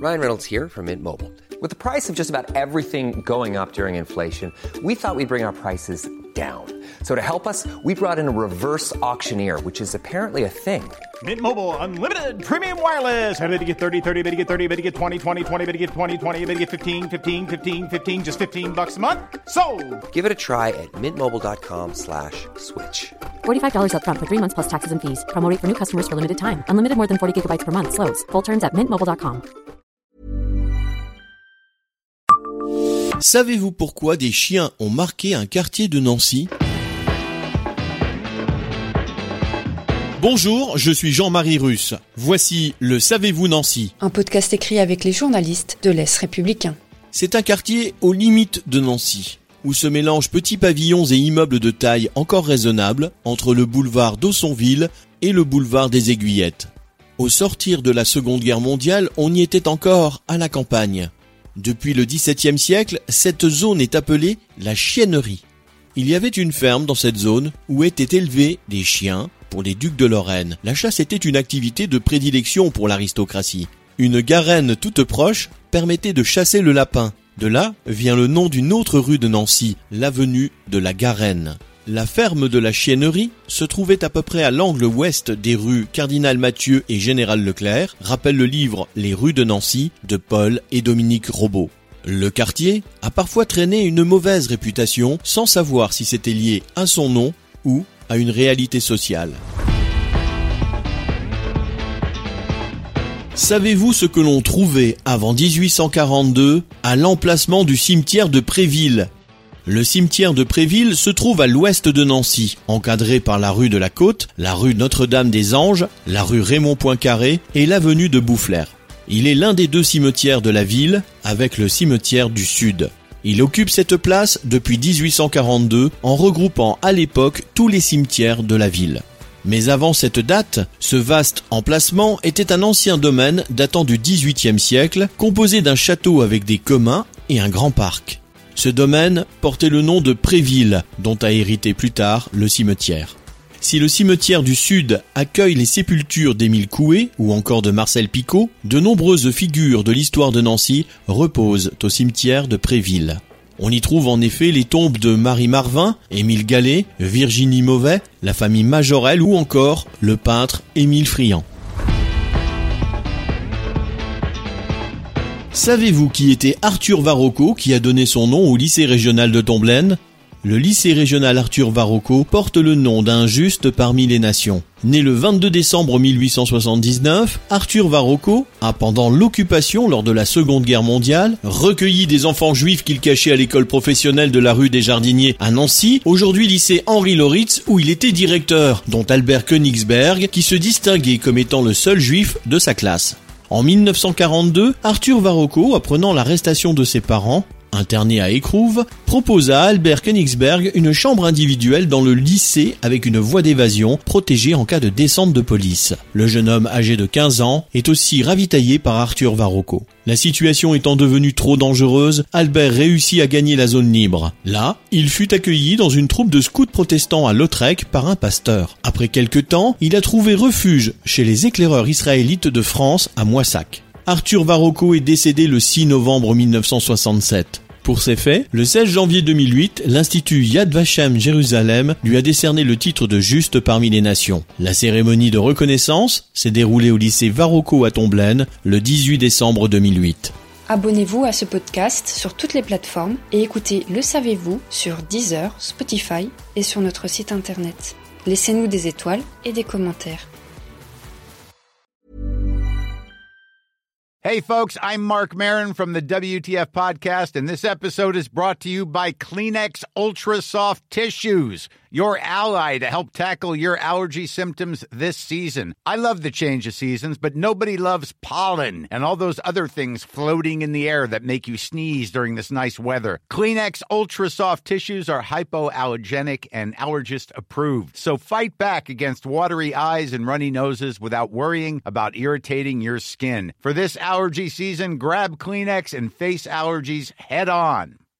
Ryan Reynolds here from Mint Mobile. With the price of just about everything going up during inflation, we thought we'd bring our prices down. So to help us, we brought in a reverse auctioneer, which is apparently a thing. Mint Mobile Unlimited Premium Wireless. How to get 30, 30, bit to get 30, bit to get 20, 20, 20, bit to get 20, 20, bit to get 15, 15, 15, 15, just $15 a month? Sold! Give it a try at mintmobile.com/switch. $45 up front for 3 months plus taxes and fees. Promo rate for new customers for limited time. Unlimited more than 40 gigabytes per month. Slows full terms at mintmobile.com. Savez-vous pourquoi des chiens ont marqué un quartier de Nancy ? Bonjour, je suis Jean-Marie Russe. Voici le Savez-vous Nancy ? Un podcast écrit avec les journalistes de l'Est républicain. C'est un quartier aux limites de Nancy, où se mélangent petits pavillons et immeubles de taille encore raisonnable entre le boulevard d'Aussonville et le boulevard des Aiguillettes. Au sortir de la Seconde Guerre mondiale, on y était encore à la campagne. Depuis le XVIIe siècle, cette zone est appelée la chiennerie. Il y avait une ferme dans cette zone où étaient élevés des chiens pour les ducs de Lorraine. La chasse était une activité de prédilection pour l'aristocratie. Une garenne toute proche permettait de chasser le lapin. De là vient le nom d'une autre rue de Nancy, l'avenue de la Garenne. La ferme de la chiennerie se trouvait à peu près à l'angle ouest des rues Cardinal Mathieu et Général Leclerc, rappelle le livre Les rues de Nancy de Paul et Dominique Robot. Le quartier a parfois traîné une mauvaise réputation sans savoir si c'était lié à son nom ou à une réalité sociale. Savez-vous ce que l'on trouvait avant 1842 à l'emplacement du cimetière de Préville ? Le cimetière de Préville se trouve à l'ouest de Nancy, encadré par la rue de la Côte, la rue Notre-Dame-des-Anges, la rue Raymond Poincaré et l'avenue de Boufflers. Il est l'un des deux cimetières de la ville, avec le cimetière du Sud. Il occupe cette place depuis 1842 en regroupant à l'époque tous les cimetières de la ville. Mais avant cette date, ce vaste emplacement était un ancien domaine datant du XVIIIe siècle, composé d'un château avec des communs et un grand parc. Ce domaine portait le nom de Préville, dont a hérité plus tard le cimetière. Si le cimetière du Sud accueille les sépultures d'Émile Coué ou encore de Marcel Picot, de nombreuses figures de l'histoire de Nancy reposent au cimetière de Préville. On y trouve en effet les tombes de Marie Marvin, Émile Gallet, Virginie Mauvet, la famille Majorelle ou encore le peintre Émile Friand. Savez-vous qui était Arthur Varocco qui a donné son nom au lycée régional de Tomblaine ? Le lycée régional Arthur Varocco porte le nom d'un juste parmi les nations. Né le 22 décembre 1879, Arthur Varocco a, pendant l'occupation lors de la Seconde Guerre mondiale, recueilli des enfants juifs qu'il cachait à l'école professionnelle de la rue des Jardiniers à Nancy, aujourd'hui lycée Henri Loritz où il était directeur, dont Albert Königsberg qui se distinguait comme étant le seul juif de sa classe. En 1942, Arthur Varocco, apprenant l'arrestation de ses parents, interné à Écrouves, proposa à Albert Königsberg une chambre individuelle dans le lycée avec une voie d'évasion protégée en cas de descente de police. Le jeune homme âgé de 15 ans est aussi ravitaillé par Arthur Varocco. La situation étant devenue trop dangereuse, Albert réussit à gagner la zone libre. Là, il fut accueilli dans une troupe de scouts protestants à Lautrec par un pasteur. Après quelque temps, il a trouvé refuge chez les éclaireurs israélites de France à Moissac. Arthur Varocco est décédé le 6 novembre 1967. Pour ces faits, le 16 janvier 2008, l'Institut Yad Vashem Jérusalem lui a décerné le titre de juste parmi les nations. La cérémonie de reconnaissance s'est déroulée au lycée Varocco à Tomblaine le 18 décembre 2008. Abonnez-vous à ce podcast sur toutes les plateformes et écoutez Le Savez-vous sur Deezer, Spotify et sur notre site internet. Laissez-nous des étoiles et des commentaires. Hey, folks, I'm Mark Maron from the WTF Podcast, and this episode is brought to you by Kleenex Ultra Soft Tissues, your ally to help tackle your allergy symptoms this season. I love the change of seasons, but nobody loves pollen and all those other things floating in the air that make you sneeze during this nice weather. Kleenex Ultra Soft Tissues are hypoallergenic and allergist approved, so fight back against watery eyes and runny noses without worrying about irritating your skin. For this allergy season, grab Kleenex and face allergies head on.